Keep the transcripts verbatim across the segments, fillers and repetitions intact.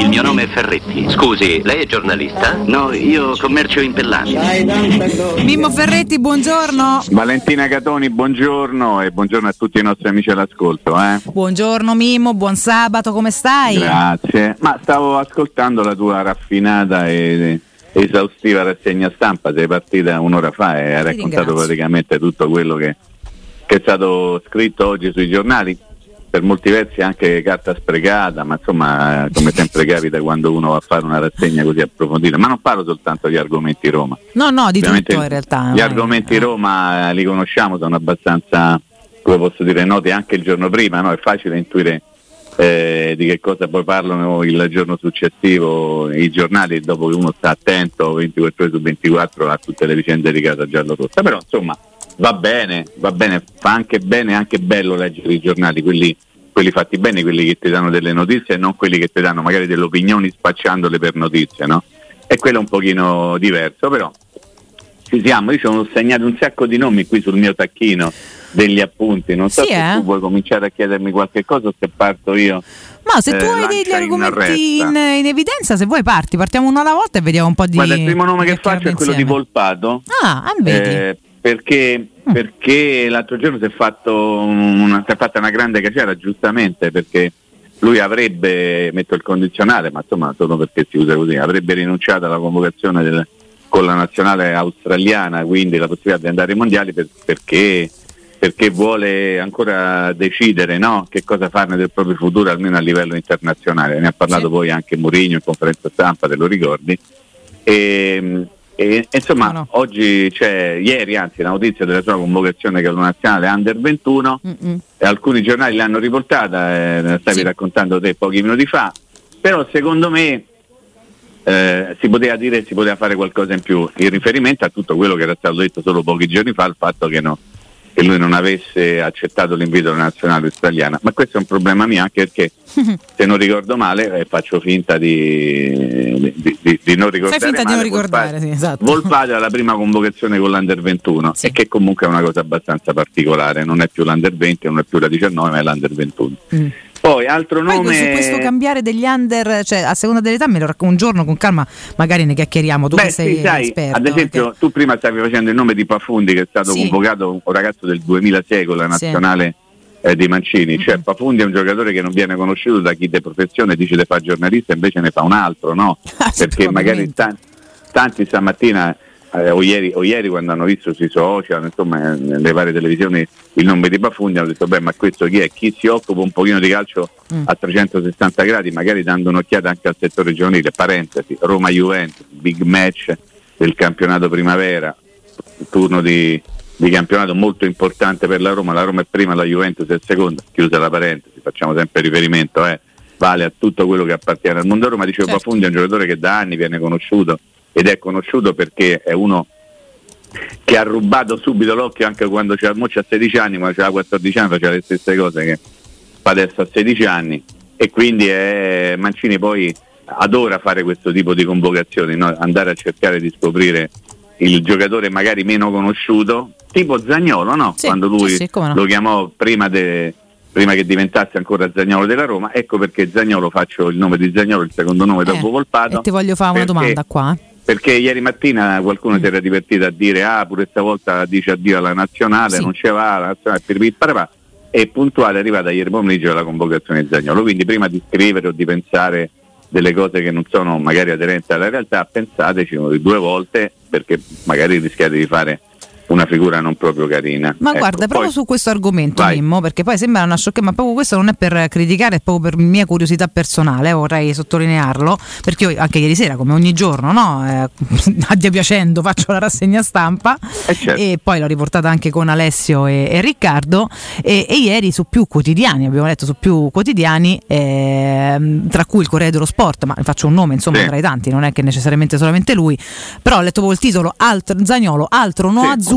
mio nome è Ferretti. Scusi, lei è giornalista? No, io commercio in pellassi. Mimmo Ferretti, buongiorno. Valentina Catoni, buongiorno e buongiorno a tutti i nostri amici all'ascolto. Eh. Buongiorno Mimmo, buon sabato, come stai? Grazie. Ma stavo ascoltando la tua raffinata e esaustiva rassegna stampa, sei partita un'ora fa e hai raccontato praticamente tutto quello che, che è stato scritto oggi sui giornali. Per molti versi anche carta sprecata, ma insomma come sempre capita quando uno va a fare una rassegna così approfondita. Ma non parlo soltanto di argomenti Roma. No, no, di Ovviamente tutto in realtà. Gli argomenti eh. Roma li conosciamo, sono abbastanza, come posso dire, noti anche il giorno prima, no? È facile intuire eh, di che cosa poi parlano il giorno successivo i giornali, e dopo che uno sta attento ventiquattro ore su ventiquattro a tutte le vicende di casa giallorossa. Però insomma va bene, va bene, fa anche bene, anche bello leggere i giornali, quelli, quelli fatti bene, quelli che ti danno delle notizie e non quelli che ti danno magari delle opinioni spacciandole per notizie, no? E quello è un pochino diverso, però ci siamo. Io ci ho segnato un sacco di nomi qui sul mio tacchino degli appunti, non so sì, se eh? tu vuoi cominciare a chiedermi qualche cosa o se parto io. Ma se tu eh, hai degli argomenti in, in, in evidenza, se vuoi parti, partiamo uno alla volta e vediamo un po' di... Guarda, il primo nome che faccio è quello insieme. di Volpato. Ah, vedi. Eh, perché, mm. perché l'altro giorno si è, fatto una, si è fatta una grande cacciara, giustamente, perché lui avrebbe, metto il condizionale, ma insomma solo perché si usa così, avrebbe rinunciato alla convocazione del, con la nazionale australiana, quindi la possibilità di andare ai mondiali per, perché... perché vuole ancora decidere, no? Che cosa farne del proprio futuro, almeno a livello internazionale. Ne ha parlato sì. poi anche Mourinho in conferenza stampa, te lo ricordi? E, e insomma, no, no. oggi c'è, ieri anzi, la notizia della sua convocazione con la nazionale Under ventuno, e alcuni giornali l'hanno riportata, eh, la stavi sì. raccontando te pochi minuti fa, però secondo me eh, si poteva dire, si poteva fare qualcosa in più, in riferimento a tutto quello che era stato detto solo pochi giorni fa, il fatto che no. che lui non avesse accettato l'invito della nazionale australiana, ma questo è un problema mio, anche perché se non ricordo male eh, faccio finta di, di, di, di non ricordare. Fai finta male, di non ricordare, Volpato, sì, esatto. Volpato alla prima convocazione con l'Under ventuno, sì. e che comunque è una cosa abbastanza particolare, non è più l'Under venti, non è più la diciannove, ma è l'Under ventuno. Mm. Poi altro nome. Poi su questo cambiare degli under, cioè a seconda dell'età, me lo racconto un giorno con calma, magari ne chiacchieriamo. Tu Beh, che sei sì, sai, esperto. Ad esempio, che... tu prima stavi facendo il nome di Pafundi, che è stato sì. convocato, un ragazzo del duemilasei con la nazionale sì. eh, di Mancini. Mm-hmm. Cioè Pafundi è un giocatore che non viene conosciuto da chi di professione dice di fare giornalista, invece ne fa un altro, no? Perché magari tanti, tanti stamattina eh, o, ieri, o ieri quando hanno visto sui social, insomma, nelle varie televisioni il nome di Pafundi, hanno detto beh, ma questo chi è? Chi si occupa un pochino di calcio mm. a trecentosessanta gradi, magari dando un'occhiata anche al settore giovanile. Parentesi, Roma-Juventus, big match del campionato primavera, turno di, di campionato molto importante per la Roma. La Roma è prima, la Juventus è seconda, chiusa la parentesi, facciamo sempre riferimento, eh, vale a tutto quello che appartiene al mondo Roma. Dicevo, certo. Pafundi è un giocatore che da anni viene conosciuto, ed è conosciuto perché è uno che ha rubato subito l'occhio anche quando c'era, mo c'ha sedici anni, quando c'era quattordici anni faceva le stesse cose che fa adesso a sedici anni, e quindi è, Mancini poi adora fare questo tipo di convocazioni, no? Andare a cercare di scoprire il giocatore magari meno conosciuto, tipo Zaniolo, no? Sì, quando lui sì, sì, no. lo chiamò prima, de, prima che diventasse ancora Zaniolo della Roma. Ecco perché Zaniolo, faccio il nome di Zaniolo, il secondo nome eh, dopo Volpato. E ti voglio fare una perché, domanda qua. Perché ieri mattina qualcuno mm. si era divertito a dire ah, pure stavolta dice addio alla nazionale, sì. non c'è va, la nazionale, piripì, parapà, e puntuale è arrivata ieri pomeriggio la convocazione di Zaniolo. Quindi prima di scrivere o di pensare delle cose che non sono magari aderenti alla realtà, pensateci due volte, perché magari rischiate di fare una figura non proprio carina. Ma ecco, guarda, proprio poi, su questo argomento, vai. Mimmo, perché poi sembra una sciocchezza, ma proprio questo non è per criticare, è proprio per mia curiosità personale, vorrei sottolinearlo, perché io anche ieri sera, come ogni giorno, no, eh, addia piacendo, faccio la rassegna stampa, eh certo. e poi l'ho riportata anche con Alessio e, e Riccardo, e, e ieri su più quotidiani, abbiamo letto su più quotidiani, eh, tra cui il Corriere dello Sport, ma faccio un nome insomma sì. tra i tanti, non è che necessariamente solamente lui, però ho letto proprio il titolo, altro, Zaniolo, altro no sì. azzurro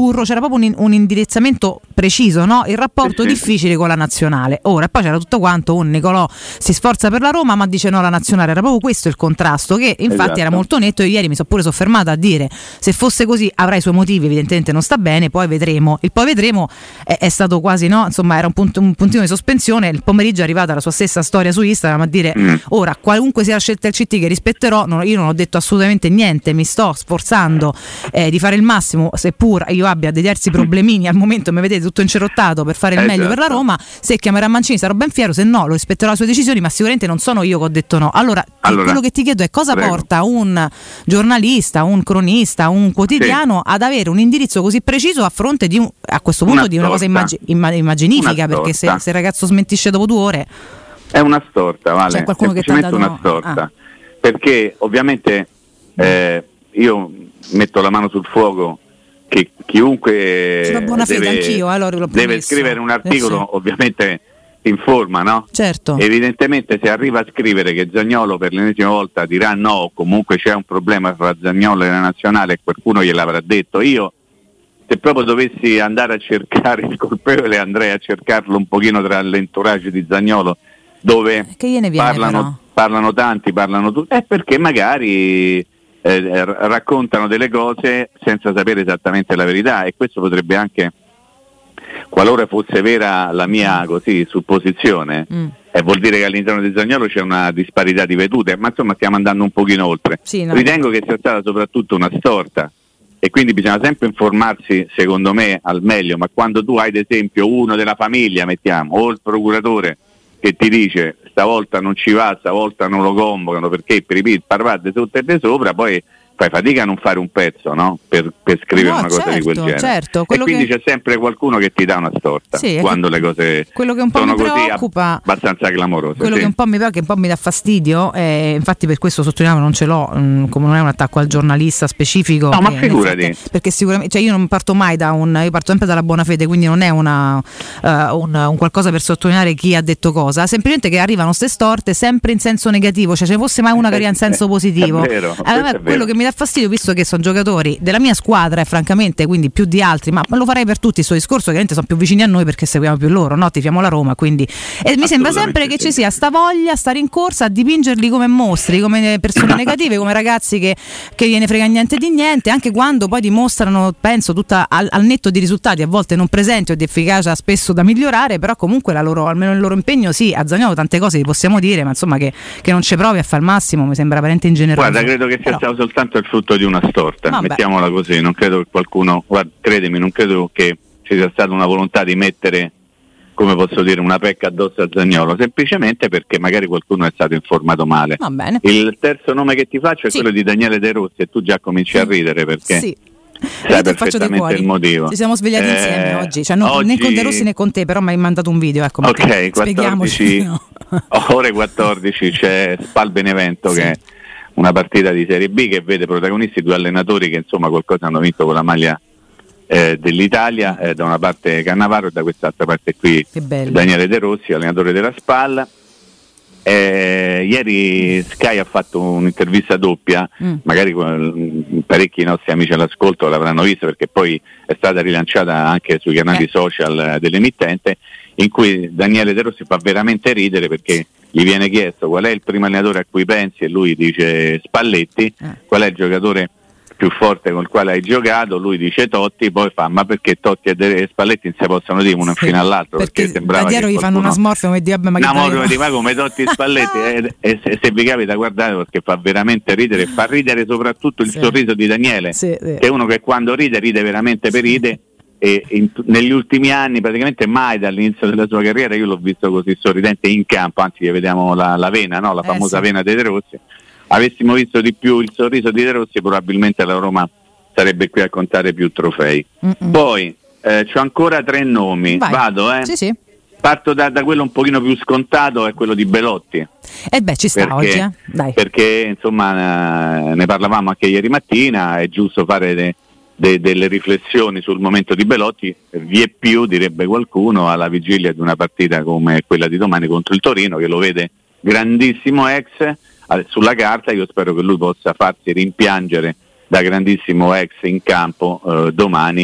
azzurro, c'era proprio un, un indirizzamento preciso, no? Il rapporto sì, sì. difficile con la nazionale. Ora, poi c'era tutto quanto, un Nicolò si sforza per la Roma ma dice no la nazionale, era proprio questo il contrasto, che infatti esatto. era molto netto. Io ieri mi sono pure soffermata a dire se fosse così avrà i suoi motivi, evidentemente non sta bene, poi vedremo. Il poi vedremo è, è stato quasi, no? Insomma, era un, punto, un puntino di sospensione. Il pomeriggio è arrivata la sua stessa storia su Instagram a dire mm. ora, qualunque sia la scelta del C T che rispetterò, non, io non ho detto assolutamente niente, mi sto sforzando eh, di fare il massimo, seppur io abbia dei diversi problemini al momento, mi vedete tutto incerottato per fare il esatto. meglio per la Roma. Se chiamerà Mancini sarò ben fiero, se no lo rispetterò le sue decisioni, ma sicuramente non sono io che ho detto no. Allora, allora quello che ti chiedo è cosa prego. porta un giornalista, un cronista, un quotidiano sì. ad avere un indirizzo così preciso a fronte di un, a questo punto una di una storta. cosa immag- imm- immaginifica, una perché se, se il ragazzo smentisce dopo due ore è una storta, vale, c'è qualcuno che ti ha dato una storta, ah. perché ovviamente eh, io metto la mano sul fuoco che chiunque sulla buona fede, deve, anch'io, eh, allora l'ho deve scrivere un articolo, eh sì. ovviamente informa, no? Certo. Evidentemente se arriva a scrivere che Zaniolo per l'ennesima volta dirà no, comunque c'è un problema tra Zaniolo e la nazionale e qualcuno gliel'avrà detto, io se proprio dovessi andare a cercare il colpevole andrei a cercarlo un pochino tra l'entourage di Zaniolo, dove che gliene viene, parlano, parlano tanti, parlano tutti, è perché magari eh, raccontano delle cose senza sapere esattamente la verità, e questo potrebbe anche, qualora fosse vera la mia così supposizione, mm. eh, vuol dire che all'interno di Zaniolo c'è una disparità di vedute, ma insomma stiamo andando un pochino oltre. Sì, no. Ritengo che sia stata soprattutto una storta, e quindi bisogna sempre informarsi, secondo me, al meglio, ma quando tu hai ad esempio uno della famiglia, mettiamo, o il procuratore che ti dice stavolta non ci va, stavolta non lo convocano perché per i parvade sotto e di sopra, poi fai fatica a non fare un pezzo, no? Per, per scrivere no, una cosa certo, di quel genere. Certo, e quindi che... c'è sempre qualcuno che ti dà una storta, sì, quando le cose quello che un po' sono mi così preoccupa, abbastanza clamorose. Quello sì. che un po' mi che un po' mi dà fastidio, eh, infatti per questo sottolineavo, non ce l'ho, mh, come non è un attacco al giornalista specifico. No, ma figurati. Effetti, perché sicuramente, cioè io non parto mai da un, io parto sempre dalla buona fede, quindi non è una, uh, un, un qualcosa per sottolineare chi ha detto cosa, semplicemente che arrivano ste storte sempre in senso negativo, cioè ce ne fosse mai una che arriva in senso positivo. È vero, allora, è quello vero. che mi dà fastidio, visto che sono giocatori della mia squadra e francamente quindi più di altri, ma lo farei per tutti il suo discorso, che sono più vicini a noi perché seguiamo più loro, no? Tifiamo la Roma, quindi e mi sembra sempre che sì. ci sia sta voglia, sta rincorsa a dipingerli come mostri, come persone negative, come ragazzi che, che gliene frega niente di niente, anche quando poi dimostrano, penso, tutta al, al netto di risultati a volte non presenti o di efficacia spesso da migliorare, però comunque la loro, almeno il loro impegno, sì, a Zaniolo tante cose li possiamo dire, ma insomma che, che non ci provi a fare il massimo mi sembra veramente ingeneroso. Guarda, credo che sia però stato soltanto il frutto di una storta, vabbè, mettiamola così, non credo che qualcuno, guarda, credimi, non credo che ci sia stata una volontà di mettere, come posso dire, una pecca addosso a Zaniolo, semplicemente perché magari qualcuno è stato informato male. Va bene. Il terzo nome che ti faccio è sì. quello di Daniele De Rossi, e tu già cominci sì. a ridere perché sì. sai perfettamente il motivo. Ci siamo svegliati eh, insieme oggi, cioè, no, oggi, né con De Rossi né con te, però mi hai mandato un video, ecco. Ok, quattordici no. ore quattordici c'è Spal Benevento sì. che è una partita di Serie B che vede protagonisti due allenatori che insomma qualcosa hanno vinto con la maglia eh, dell'Italia, eh, da una parte Cannavaro e da quest'altra parte qui Daniele De Rossi, allenatore della Spal. Eh, ieri Sky ha fatto un'intervista doppia, mm. magari parecchi nostri amici all'ascolto l'avranno vista perché poi è stata rilanciata anche sui canali eh. social dell'emittente, in cui Daniele De Rossi fa veramente ridere perché gli viene chiesto qual è il primo allenatore a cui pensi e lui dice Spalletti, eh. qual è il giocatore più forte con il quale hai giocato, lui dice Totti, poi fa ma perché Totti e De- Spalletti non si possono dire uno sì, fino all'altro perché, perché sembrava da dietro che gli fanno una smorfia come Dio, ma, no, ma, ma come Totti e Spalletti e, e se, se vi capita guardate perché fa veramente ridere, fa ridere soprattutto il sì. sorriso di Daniele sì, sì. che è uno che quando ride ride veramente per ride e in, negli ultimi anni praticamente mai dall'inizio della sua carriera io l'ho visto così sorridente in campo, anzi vediamo la, la vena, no? la famosa eh, sì. vena dei De Rossi. Avessimo visto di più il sorriso di De Rossi probabilmente la Roma sarebbe qui a contare più trofei. Mm-mm. Poi eh, c'ho ancora tre nomi. Vai. Vado eh sì, sì. Parto da, da quello un pochino più scontato, è quello di Belotti. E eh beh ci sta perché, oggi eh? Dai. Perché insomma eh, ne parlavamo anche ieri mattina, è giusto fare de, de, delle riflessioni sul momento di Belotti, vi è più direbbe qualcuno alla vigilia di una partita come quella di domani contro il Torino che lo vede grandissimo ex sulla carta. Io spero che lui possa farsi rimpiangere da grandissimo ex in campo eh, domani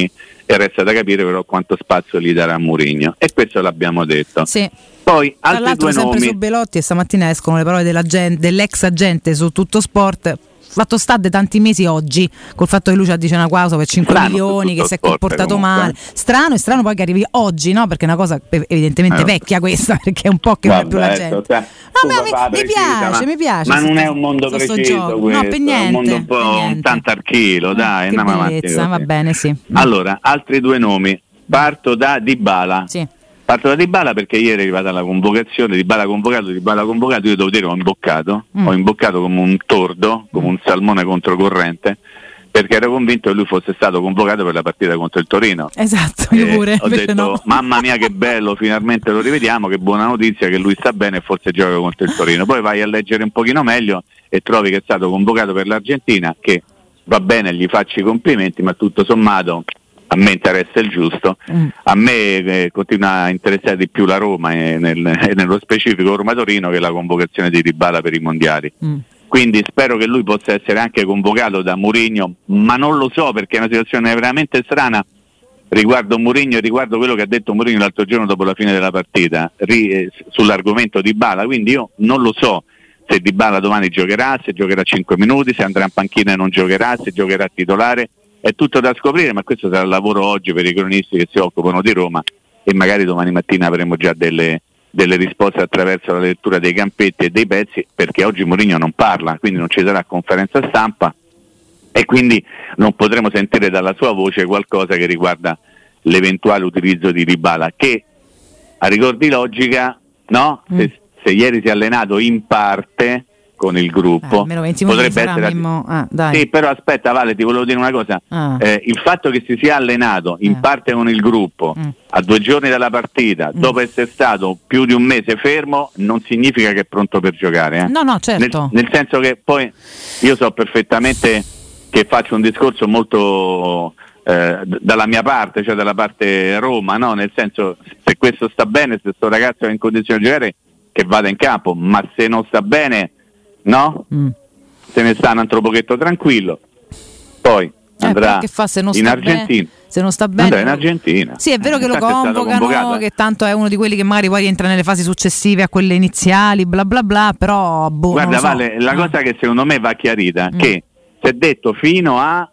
e resta da capire però quanto spazio gli darà Mourinho, e questo l'abbiamo detto. Sì. Poi tra altri l'altro due sempre nomi su Belotti, e stamattina escono le parole della gente, dell'ex agente su Tutto Sport, fatto stade tanti mesi oggi col fatto che lui ci dice una cosa per cinque strano, milioni, che si è comportato comunque. male, strano e strano poi che arrivi oggi, no? Perché è una cosa evidentemente eh, vecchia questa, perché è un po' che non è più la gente. Cioè, no, ma mi, mi precisa, piace, ma, mi piace. Ma non è un mondo preciso questo, no, per è niente, un mondo un po' un tanto archilo, dai, che andiamo bellezza, avanti. Va bene, sì. Allora, altri due nomi. Parto da Dybala. Sì. Parto da Dybala perché ieri è arrivata la convocazione, Dybala convocato, Dybala convocato, io devo dire ho imboccato, mm. ho imboccato come un tordo, come un salmone controcorrente, perché ero convinto che lui fosse stato convocato per la partita contro il Torino. Esatto, io pure. Ho detto, no. mamma mia che bello, finalmente lo rivediamo, che buona notizia che lui sta bene e forse gioca contro il Torino. Poi vai a leggere un pochino meglio e trovi che è stato convocato per l'Argentina, che va bene, gli faccio i complimenti, ma tutto sommato a me interessa il giusto, mm. a me eh, continua a interessare di più la Roma e nel, e nello specifico Roma-Torino che la convocazione di Dybala per i mondiali. Mm. Quindi spero che lui possa essere anche convocato da Mourinho, ma non lo so perché è una situazione veramente strana riguardo Mourinho e riguardo quello che ha detto Mourinho l'altro giorno dopo la fine della partita ri, eh, sull'argomento Dybala, quindi io non lo so se Dybala domani giocherà, se giocherà cinque minuti, se andrà in panchina e non giocherà, se giocherà titolare. È tutto da scoprire, ma questo sarà il lavoro oggi per i cronisti che si occupano di Roma e magari domani mattina avremo già delle, delle risposte attraverso la lettura dei campetti e dei pezzi, perché oggi Mourinho non parla, quindi non ci sarà conferenza stampa e quindi non potremo sentire dalla sua voce qualcosa che riguarda l'eventuale utilizzo di Dybala, che a rigor di logica, no? Mm. Se, se ieri si è allenato in parte con il gruppo, eh, potrebbe essere Mimmo. Ah, dai. Sì, però aspetta Vale, ti volevo dire una cosa, ah. eh, il fatto che si sia allenato in eh. parte con il gruppo mm. a due giorni dalla partita mm. dopo essere stato più di un mese fermo non significa che è pronto per giocare, eh. no no certo, nel, nel senso che poi io so perfettamente che faccio un discorso molto eh, d- dalla mia parte, cioè dalla parte Roma, no? Nel senso, se questo sta bene, se questo ragazzo è in condizione di giocare, che vada in campo, ma se non sta bene, no? Mm. Se ne sta un altro pochetto tranquillo, poi andrà eh, che fa se non in sta Argentina. Bene, se non sta bene, andrà in Argentina. Sì, è vero eh, che lo convocano, che tanto è uno di quelli che magari poi rientra nelle fasi successive a quelle iniziali, bla bla bla, però boh, guarda, non lo so. Vale, la ah. cosa che secondo me va chiarita, mm. che si è detto fino a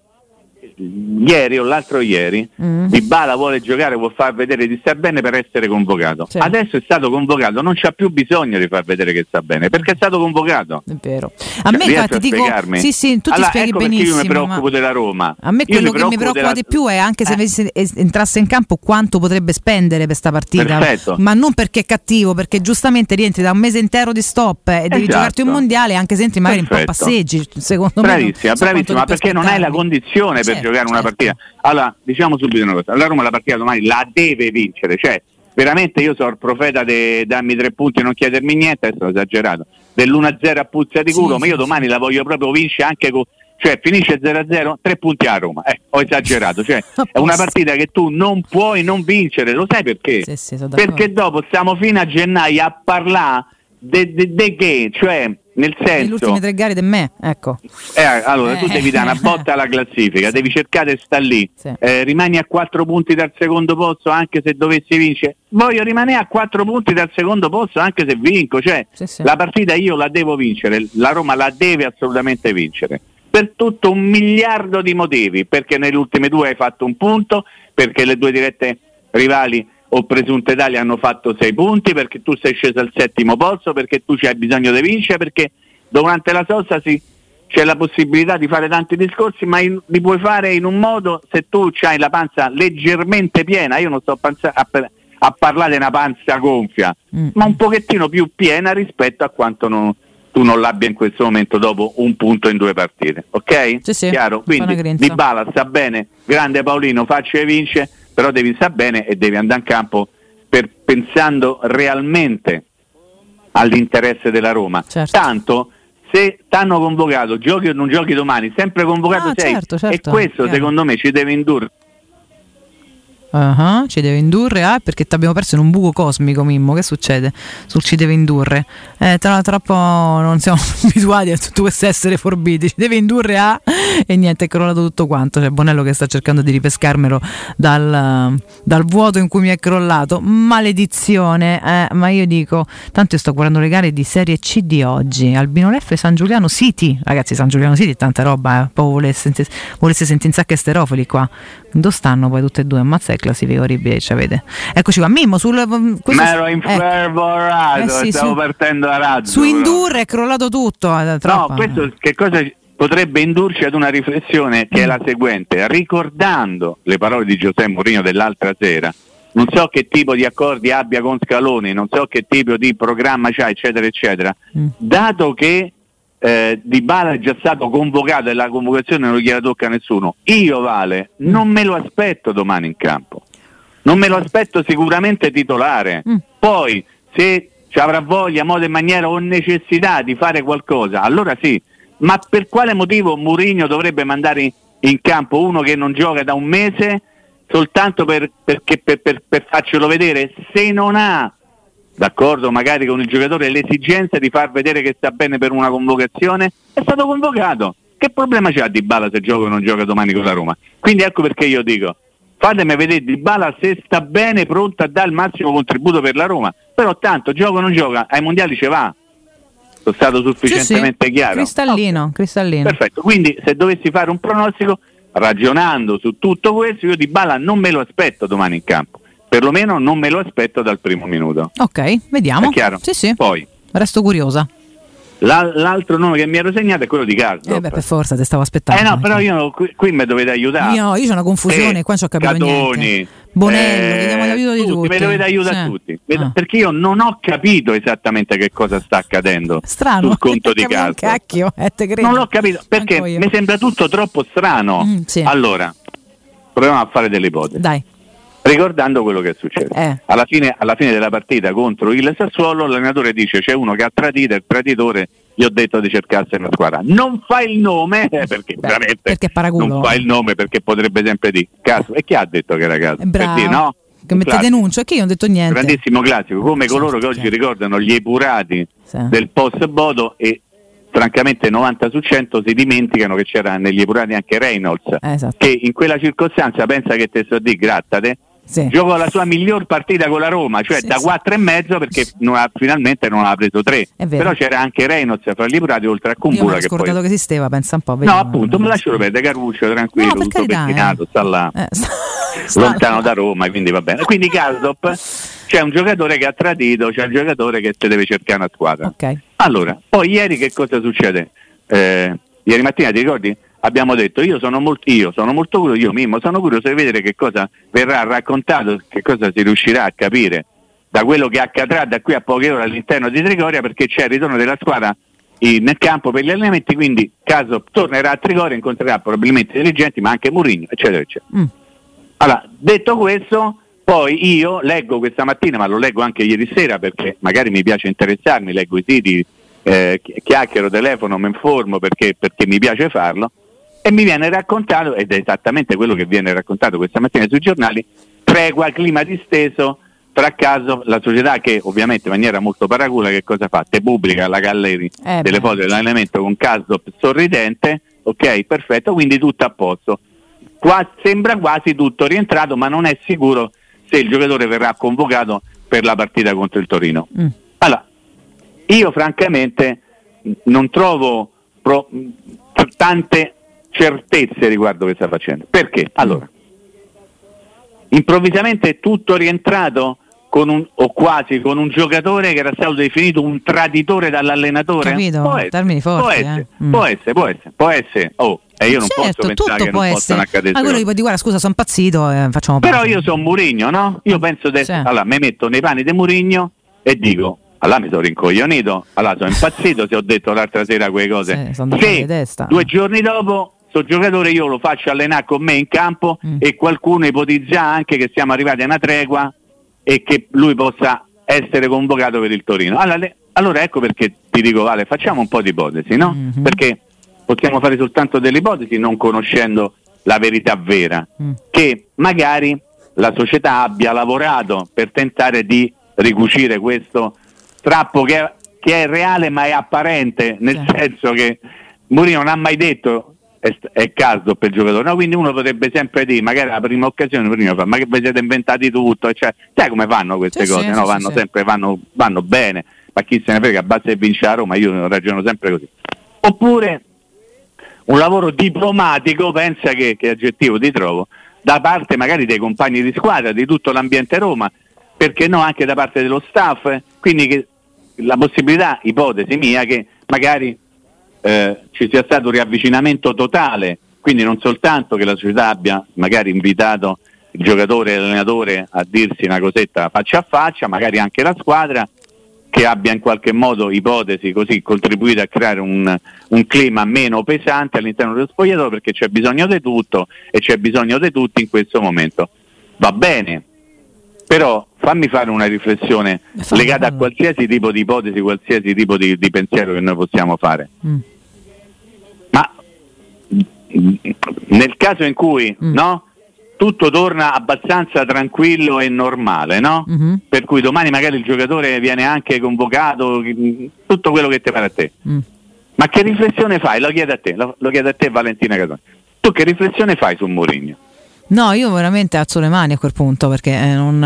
ieri o l'altro ieri mm. Dybala vuole giocare, vuol far vedere di sta bene per essere convocato. Sì. Adesso è stato convocato, non c'ha più bisogno di far vedere che sta bene perché è stato convocato. È vero. A cioè, me infatti dico sì sì, tu allora, ti spieghi ecco benissimo. Io mi preoccupo ma... della Roma. A me quello che mi preoccupa della... di più è anche eh. se entrasse in campo quanto potrebbe spendere per sta partita. Perfetto. Ma non perché è cattivo, perché giustamente rientri da un mese intero di stop e esatto. devi giocarti un mondiale, anche se entri magari Perfetto. un po' passeggi, secondo bravissima, me. So bravissima, perché non hai la condizione certo, per giocare certo. una partita. Allora, diciamo subito una cosa, la Roma la partita domani la deve vincere, cioè veramente io sono il profeta di dammi tre punti e non chiedermi niente, adesso ho esagerato, dell'uno a zero a puzza di culo, sì, ma io sì, domani sì. la voglio proprio vincere anche con, cioè finisce zero a zero, tre punti a Roma, eh, ho esagerato, cioè è una partita che tu non puoi non vincere, lo sai perché? Sì, sì, perché dopo stiamo fino a gennaio a parlare de, de, de che, cioè nel senso, le ultime tre gare di me, ecco. Eh, allora eh. tu devi dare una botta alla classifica, sì. devi cercare di stare lì, sì. eh, rimani a quattro punti dal secondo posto anche se dovessi vincere. Voglio rimanere a quattro punti dal secondo posto anche se vinco, cioè sì, sì. la partita io la devo vincere, la Roma la deve assolutamente vincere. Per tutto un miliardo di motivi, perché nelle ultime due hai fatto un punto, perché le due dirette rivali o presunte tali hanno fatto sei punti, perché tu sei sceso al settimo posto, perché tu c'hai bisogno di vincere, perché durante la sosta si, c'è la possibilità di fare tanti discorsi, ma in, li puoi fare in un modo se tu hai la panza leggermente piena. Io non sto panza, a, a parlare di una panza gonfia, mm. ma un pochettino più piena rispetto a quanto non, tu non l'abbia in questo momento dopo un punto in due partite, ok? Sì, sì, chiaro? Quindi Dybala sta bene, grande Paolino, faccia e vince, però devi stare bene e devi andare in campo per, pensando realmente all'interesse della Roma. Certo. Tanto se t'hanno convocato, giochi o non giochi domani, sempre convocato ah, sei, certo, certo, e questo chiaro. secondo me ci deve indurre Uh-huh, ci deve indurre a, perché ti abbiamo perso in un buco cosmico, Mimmo. Che succede? Sul ci deve indurre. Eh, tra, troppo non siamo abituati a tutte queste essere forbiti. Ci deve indurre a, e niente, è crollato tutto quanto. C'è Bonello che sta cercando di ripescarmelo dal, dal vuoto in cui mi è crollato. Maledizione, eh, ma io dico, tanto io sto guardando le gare di Serie C di oggi. Albino Leffe, San Giuliano City. Ragazzi, San Giuliano City è tanta roba, eh. Poi volesse, volesse sentire in sacca e sterofoli qua. Dove stanno poi tutte e due? Ammazza le classifiche orribili, cioè, vede. Eccoci qua, Mimmo sul questo, ma ero infervorato, eh, sì, stavo su, partendo a razzo. Su Indurre è crollato tutto, eh, no, questo che cosa potrebbe indurci ad una riflessione che mm. è la seguente, ricordando le parole di José Mourinho dell'altra sera. Non so che tipo di accordi abbia con Scaloni, non so che tipo di programma c'ha, eccetera eccetera. Mm. Dato che Eh, Dybala è già stato convocato e la convocazione non gliela tocca a nessuno, io Vale non me lo aspetto domani in campo, non me lo aspetto sicuramente titolare. mm. Poi se ci avrà voglia, modo e maniera o necessità di fare qualcosa, allora sì, ma per quale motivo Mourinho dovrebbe mandare in campo uno che non gioca da un mese soltanto per, perché, per, per, per farcelo vedere, se non ha, d'accordo, magari con il giocatore, l'esigenza di far vedere che sta bene per una convocazione? È stato convocato. Che problema c'ha Dybala se gioca o non gioca domani con la Roma? Quindi ecco perché io dico, fatemi vedere Dybala se sta bene, pronto a dare il massimo contributo per la Roma. Però tanto, gioca o non gioca, ai mondiali ci va. Sono stato sufficientemente sì, sì. chiaro? Cristallino, oh. cristallino. Perfetto, quindi se dovessi fare un pronostico, ragionando su tutto questo, io Dybala non me lo aspetto domani in campo. Perlomeno non me lo aspetto dal primo minuto. Ok, vediamo. È chiaro? Sì, sì. Poi resto curiosa. La, l'altro nome che mi ero segnato è quello di Karsdorp. Eh beh, per forza, te stavo aspettando. Eh no, però io qui, qui mi dovete aiutare. Io, io c'ho una confusione, eh, qua non ci ho capito Catoni, niente. Bonello, eh, chiediamo l'aiuto di tutti. Mi dovete aiutare sì. tutti. Ah. Perché io non ho capito esattamente che cosa sta accadendo strano. sul conto di Karsdorp. Cacchio, eh, te credo. Non l'ho capito, perché mi sembra tutto troppo strano. Mm, sì. Allora, proviamo a fare delle ipotesi. Dai. Ricordando quello che è successo eh. alla fine, alla fine della partita contro il Sassuolo, l'allenatore dice c'è uno che ha tradito, il traditore gli ho detto di cercarsi una squadra, non fa il nome perché Beh, veramente perché non fa il nome perché potrebbe sempre dire caso, e chi ha detto che era caso? Bravo. Per dire, no? Che mette denuncio, e che io non ho detto niente. Grandissimo classico, come certo, coloro che oggi certo. ricordano gli epurati sì. del post Bodo, e francamente novanta su cento si dimenticano che c'era negli epurati anche Reynolds, esatto. che in quella circostanza pensa che te so di grattate. Sì. Giocò la sua miglior partita con la Roma, cioè sì, da quattro sì. e mezzo, perché non ha, finalmente non ha preso tre. Però c'era anche Reynolds fra gli epurati, oltre a Kumbula. Io ho scordato poi... che esisteva, pensa un po'. No, appunto, me lascio perdere, Caruccio, tranquillo, no, tutto carità, pettinato, eh. sta là, eh, sta, lontano sta da Roma, quindi va bene. Quindi Karsdorp, c'è un giocatore che ha tradito, c'è un giocatore che te deve cercare una squadra. Okay. Allora, poi ieri che cosa succede? Eh, ieri mattina, ti ricordi? Abbiamo detto io sono molto io sono molto curioso, io Mimmo sono curioso di vedere che cosa verrà raccontato, che cosa si riuscirà a capire da quello che accadrà da qui a poche ore all'interno di Trigoria, perché c'è il ritorno della squadra in, nel campo per gli allenamenti, quindi Karsdorp tornerà a Trigoria, incontrerà probabilmente dirigenti ma anche Mourinho, eccetera eccetera. Mm. Allora, detto questo, poi io leggo questa mattina, ma lo leggo anche ieri sera perché magari mi piace interessarmi, leggo i siti, eh, chiacchiero, telefono, mi informo perché, perché mi piace farlo. E mi viene raccontato, ed è esattamente quello che viene raccontato questa mattina sui giornali, tregua, clima disteso tra caso la società che ovviamente in maniera molto paracula che cosa fa? Te pubblica la galleria eh delle foto dell'allenamento con Karsdorp sorridente, ok, perfetto, quindi tutto a posto. Qua sembra quasi tutto rientrato, ma non è sicuro se il giocatore verrà convocato per la partita contro il Torino. Mm. Allora, io francamente non trovo pro, tante certezze riguardo questa faccenda. Perché? Allora, improvvisamente è tutto rientrato con un, o quasi con un giocatore che era stato definito un traditore dall'allenatore. Capito? Può essere, termini forti, può, essere, eh. mm. può essere, può essere, può essere. Oh, e io non certo, posso pensare che non essere. possano accadere. Ma quello gli puoi dire guarda scusa sono impazzito, eh, facciamo parte. Però io sono Mourinho, no? Io penso di essere, sì. allora mi metto nei panni di Mourinho e dico allora mi sono rincoglionito, allora sono impazzito se ho detto l'altra sera quelle cose. Sì, se due giorni dopo sto giocatore io lo faccio allenare con me in campo mm. e qualcuno ipotizza anche che siamo arrivati a una tregua e che lui possa essere convocato per il Torino. Allora, le, allora ecco perché ti dico Vale, facciamo un po' di ipotesi, no? Mm-hmm. Perché possiamo fare soltanto delle ipotesi non conoscendo la verità vera, mm. che magari la società abbia lavorato per tentare di ricucire questo strappo che è, che è reale ma è apparente, nel sì. senso che Mourinho non ha mai detto è, è caso per il giocatore, no? Quindi uno potrebbe sempre dire, magari la prima occasione Mourinho fa, ma che vi siete inventati tutto, cioè, sai come fanno queste sì, cose, sì, no? Sì, vanno sì, sempre, vanno, vanno bene, ma chi se ne frega, basta che vince a Roma, io ragiono sempre così. Oppure un lavoro diplomatico, pensa che, che aggettivo ti trovo, da parte magari dei compagni di squadra, di tutto l'ambiente Roma, perché no anche da parte dello staff, eh? Quindi che la possibilità, ipotesi mia, che magari eh, ci sia stato un riavvicinamento totale, quindi non soltanto che la società abbia magari invitato il giocatore e l'allenatore a dirsi una cosetta faccia a faccia, magari anche la squadra, che abbia in qualche modo, ipotesi così, contribuito a creare un, un clima meno pesante all'interno dello spogliatoio, perché c'è bisogno di tutto e c'è bisogno di tutti in questo momento. Va bene, però fammi fare una riflessione fammi, legata fammi. a qualsiasi tipo di ipotesi, qualsiasi tipo di, di pensiero che noi possiamo fare. Mm. Ma nel caso in cui, mm. no? tutto torna abbastanza tranquillo e normale, no? Mm-hmm. Per cui domani magari il giocatore viene anche convocato, tutto quello che ti pare a te. Mm. Ma che riflessione fai? Lo chiedo a te, lo, lo chiedo a te Valentina Catoni. Tu che riflessione fai su Mourinho? No, io veramente alzo le mani a quel punto, perché non,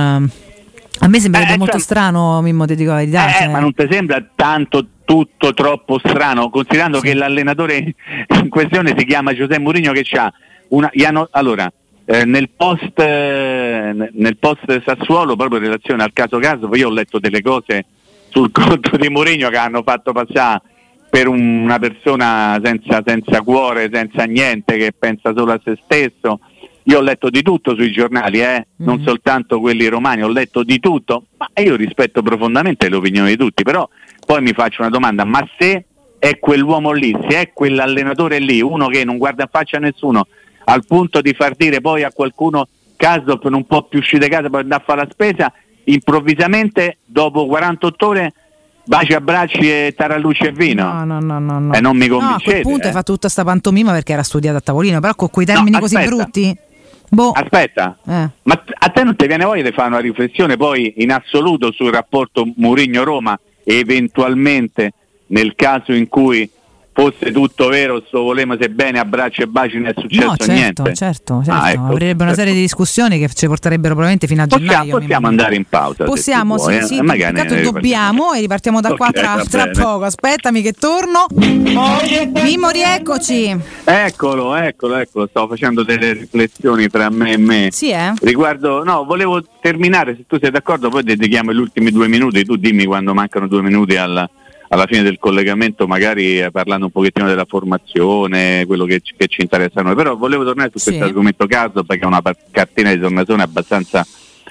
a me sembra eh, molto cioè, strano, Mimmo, ti dico la verità. Eh, cioè... Ma non ti sembra tanto tutto troppo strano, considerando sì. che l'allenatore in questione si chiama José Mourinho, che c'ha una... Hanno, allora, Eh, nel post eh, nel post Sassuolo, proprio in relazione al caso caso, io ho letto delle cose sul conto di Mourinho che hanno fatto passare per un, una persona senza, senza cuore, senza niente, che pensa solo a se stesso. Io ho letto di tutto sui giornali, eh? mm-hmm. non soltanto quelli romani, ho letto di tutto, ma io rispetto profondamente le opinioni di tutti, però poi mi faccio una domanda: ma se è quell'uomo lì, se è quell'allenatore lì, uno che non guarda in faccia a nessuno, al punto di far dire poi a qualcuno caso non può più uscire da casa per andare a fare la spesa, improvvisamente dopo quarantotto ore baci, abbracci e tarallucci e vino? No, no, no, no, no. E non mi convincete. No, a quel punto eh. hai fatto tutta sta pantomima perché era studiata a tavolino, però con quei termini no, così brutti. Boh. Aspetta, eh. ma a te non ti viene voglia di fare una riflessione poi in assoluto sul rapporto Mourinho-Roma, e eventualmente nel caso in cui fosse tutto vero, sto volemo se bene, abbracci e baci, non è successo no, certo, niente. Certo, certo. Ah, ecco, avrebbe una certo. serie di discussioni che ci porterebbero probabilmente fino a possiamo, gennaio. Possiamo andare in pausa. Possiamo, sì, vuoi, sì. Eh? Magari dobbiamo e ripartiamo da okay, qua tra, tra poco. Aspettami che torno. Mimmo, rieccoci. Eccolo, eccolo, eccolo. Stavo facendo delle riflessioni tra me e me. Sì, eh? Riguardo, no, volevo terminare, se tu sei d'accordo, poi dedichiamo gli ultimi due minuti. Tu dimmi quando mancano due minuti alla alla fine del collegamento, magari eh, parlando un pochettino della formazione, quello che ci, che ci interessa a noi. Però volevo tornare su sì. questo argomento caso, perché è una cartina di tornasole abbastanza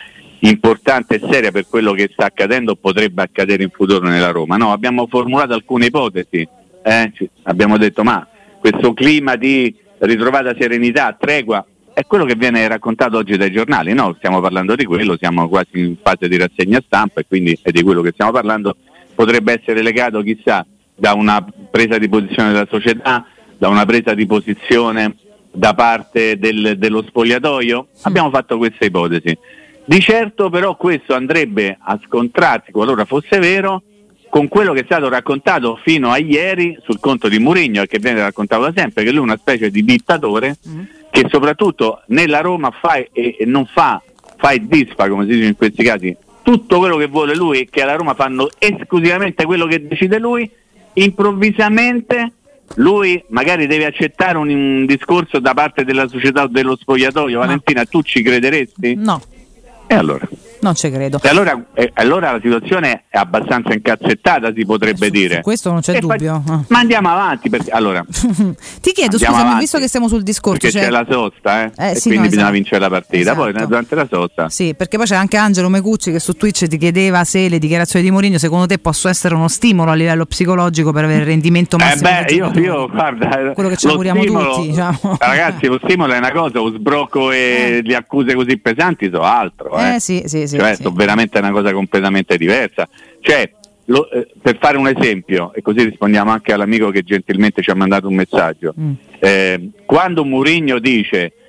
importante e seria per quello che sta accadendo o potrebbe accadere in futuro nella Roma. No, abbiamo formulato alcune ipotesi, eh? Ci, abbiamo detto ma questo clima di ritrovata serenità, tregua, è quello che viene raccontato oggi dai giornali, no? Stiamo parlando di quello, siamo quasi in fase di rassegna stampa e quindi è di quello che stiamo parlando. Potrebbe essere legato, chissà, da una presa di posizione della società, da una presa di posizione da parte del, dello spogliatoio. Mm. Abbiamo fatto queste ipotesi. Di certo però questo andrebbe a scontrarsi, qualora fosse vero, con quello che è stato raccontato fino a ieri sul conto di Mourinho, e che viene raccontato da sempre, che lui è una specie di dittatore mm. che soprattutto nella Roma fa e, e non fa, fa e disfa, come si dice in questi casi, tutto quello che vuole lui, che alla Roma fanno esclusivamente quello che decide lui. Improvvisamente lui magari deve accettare un, un discorso da parte della società o dello spogliatoio. No. Valentina, tu ci crederesti? No. E allora? Non ci credo. E allora, eh, allora la situazione è abbastanza incazzettata, si potrebbe su, dire. Su questo non c'è e dubbio. Fa- ma andiamo avanti, perché allora. Ti chiedo, scusami, visto che siamo sul discorso. Perché cioè... c'è la sosta, eh? eh e sì, quindi no, bisogna esatto. vincere la partita. Esatto. Poi durante la sosta. Sì, perché poi c'è anche Angelo Mecucci che su Twitch ti chiedeva se le dichiarazioni di Mourinho secondo te possono essere uno stimolo a livello psicologico per avere il rendimento massimo. Eh beh, io, io guarda, quello che ci auguriamo stimolo, tutti. Diciamo. Ragazzi, lo stimolo è una cosa, lo sbrocco e eh. le accuse così pesanti sono altro. Eh, eh sì, sì, sì. Cioè, sì. sono veramente una cosa completamente diversa. Cioè, lo, eh, per fare un esempio, e così rispondiamo anche all'amico che gentilmente ci ha mandato un messaggio, mm. eh, quando Mourinho dice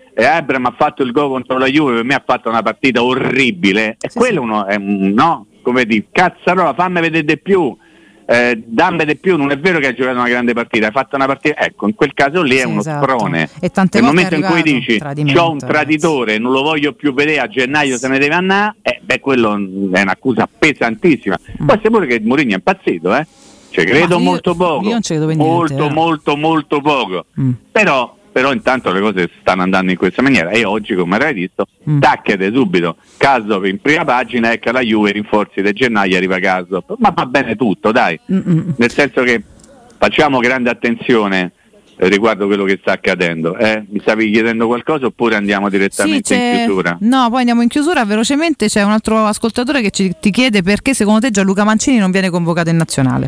e Abraham ha fatto il gol contro la Juve, per me ha fatto una partita orribile, e sì, quello sì. Uno è un, no, come di cazzarola, fammi vedere di più, eh, dammi di più, non è vero che hai giocato una grande partita, hai fatto una partita, ecco, in quel caso lì sì, è uno esatto. sprone, e tante nel volte momento in cui dici c'ho un traditore, non lo voglio più vedere, a gennaio sì. se ne deve andare, eh, beh, quello è un'accusa pesantissima. Mm. Poi sembra che Mourinho è impazzito, eh? Cioè, credo io, molto poco, io non ci credo per niente, molto, eh. molto, molto poco, mm. però però intanto le cose stanno andando in questa maniera, e oggi, come avrai visto, mm. tacchete subito Kasov in prima pagina, ecco la Juve, rinforzi di gennaio, arriva Kasov, ma va bene tutto, dai, Mm-mm. nel senso che facciamo grande attenzione eh, riguardo quello che sta accadendo. Eh? Mi stavi chiedendo qualcosa oppure andiamo direttamente sì, in chiusura? No, poi andiamo in chiusura velocemente. C'è un altro ascoltatore che ci, ti chiede perché secondo te Gianluca Mancini non viene convocato in nazionale.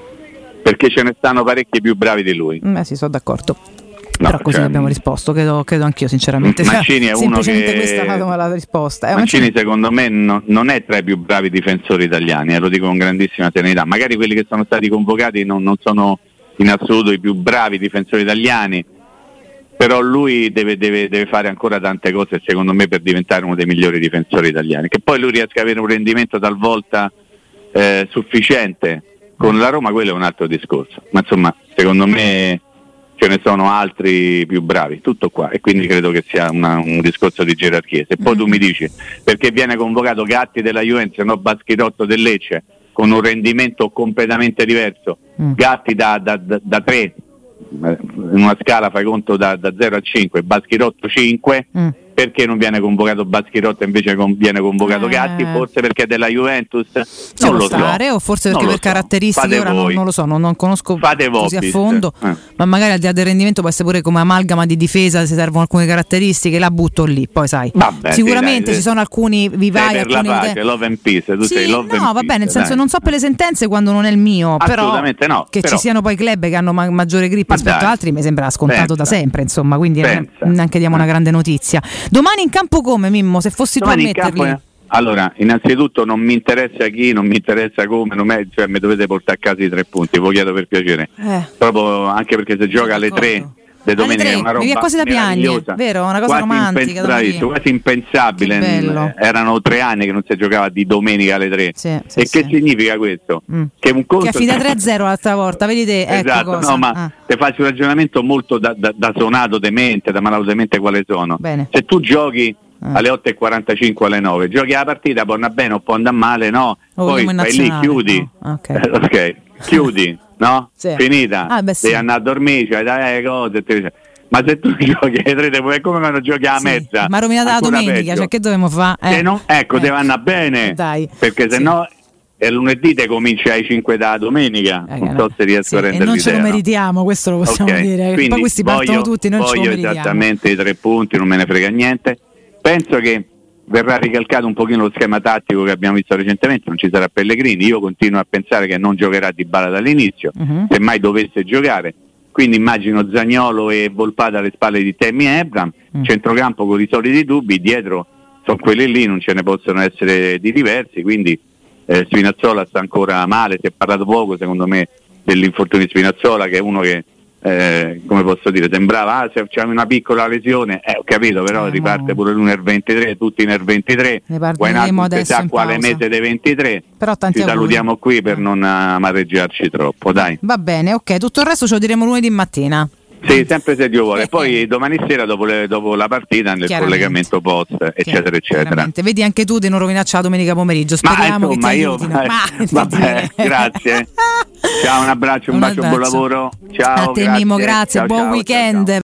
Perché ce ne stanno parecchi più bravi di lui. Eh sì, sono d'accordo. No, però così cioè, abbiamo risposto, credo, credo anch'io sinceramente. Mancini è uno che questa è la risposta. Eh, Mancini, Mancini secondo me no, non è tra i più bravi difensori italiani, eh, lo dico con grandissima serenità. Magari quelli che sono stati convocati non, non sono in assoluto i più bravi difensori italiani, però lui deve, deve, deve fare ancora tante cose secondo me per diventare uno dei migliori difensori italiani. Che poi lui riesca ad avere un rendimento talvolta eh, sufficiente con la Roma, quello è un altro discorso, ma insomma secondo me ce ne sono altri più bravi, tutto qua, e quindi credo che sia una, un discorso di gerarchia. Se poi tu mi dici perché viene convocato Gatti della Juventus, no Baschirotto del Lecce, con un rendimento completamente diverso, mm. Gatti da, da, da, da tre, in una scala fai conto da, da zero a cinque, Baschirotto cinque, mm. perché non viene convocato Baschirotto e invece con, viene convocato eh. Gatti? Forse perché è della Juventus? Ci non lo stare, so. O forse perché per so. caratteristiche, ora non, non lo so, non, non conosco Fate così a fondo, eh. ma magari al di là del rendimento può essere pure come amalgama di difesa, se servono alcune caratteristiche, la butto lì, poi sai. Vabbè, sicuramente sì, dai, ci sono alcuni vivai, per alcuni la pace, love and peace, tu sì, sei love no, and va bene, nel senso dai. non so per le sentenze quando non è il mio, però no, che però. ci siano poi club che hanno ma- maggiore grip rispetto ad altri mi sembra scontato Pensa. da sempre, insomma, quindi Pensa. neanche diamo una grande notizia. Domani in campo come, Mimmo, se fossi Domani tu a metterli? Campo, allora, innanzitutto non mi interessa chi, non mi interessa come, non è, cioè mi dovete portare a casa i tre punti, ve lo chiedo per piacere. Eh. Proprio anche perché se gioca alle tre de domenica è una roba mi viene quasi da piangere, vero? Una cosa quasi romantica, impensa- quasi impensabile. Erano tre anni che non si giocava di domenica alle tre. Sì, sì, e sì. che significa questo? Mm. Che un conto che affida tre a zero l'altra volta, vedi te, esatto, ecco cosa. No, ma ah. te faccio un ragionamento molto da, da, da sonato demente, da malato demente quale sono. Bene. Se tu giochi alle otto e quarantacinque, alle nove giochi la partita, può andare bene o può andare male, no? O poi vai lì, chiudi, no. okay. Eh, ok, chiudi, no? Sì. Finita, ah, beh, sì. devi andare a dormire, cioè dai cose, te... ma se tu giochi alle tre, è come quando giochi alla sì. mezza, ma rovinata la domenica, peggio. Cioè che dobbiamo fare? Eh. Non, ecco, eh. deve andare bene, dai. perché se sì. no e lunedì te cominci ai cinque da domenica, eh, non so se riesco sì, a rendervi e non ce lo meritiamo, questo lo possiamo okay. dire. Quindi poi questi partono voglio, tutti, non ce lo meritiamo. Esattamente i tre punti, non me ne frega niente. Penso che verrà ricalcato un pochino lo schema tattico che abbiamo visto recentemente, non ci sarà Pellegrini, io continuo a pensare che non giocherà Dybala dall'inizio, uh-huh. se mai dovesse giocare, quindi immagino Zaniolo e Volpato alle spalle di Tammy Abraham, uh-huh. centrocampo con i soliti dubbi, dietro sono quelli lì, non ce ne possono essere di diversi, quindi eh, Spinazzola sta ancora male, si è parlato poco secondo me dell'infortunio di Spinazzola, che è uno che Eh, come posso dire, sembrava ah, se c'è una piccola lesione, eh, ho capito, però eh, riparte pure lui nel ventitré, tutti nel ventitré, Wijnaldum non sa quale mese dei ventitré, però ci salutiamo qui per non amareggiarci troppo, dai. Va bene, ok, tutto il resto ce lo diremo lunedì mattina. Sì, sempre se Dio vuole. Poi domani sera dopo, le, dopo la partita nel collegamento post, eccetera, eccetera. Vedi anche tu di non rovinarci la domenica pomeriggio. Speriamo ma, insomma, che ti io, aiutino. Ma, ma, vabbè, grazie. Ciao, un abbraccio, un, un bacio, buon lavoro. Ciao, a te grazie. Mimmo, grazie, ciao, buon ciao, weekend. Ciao, ciao.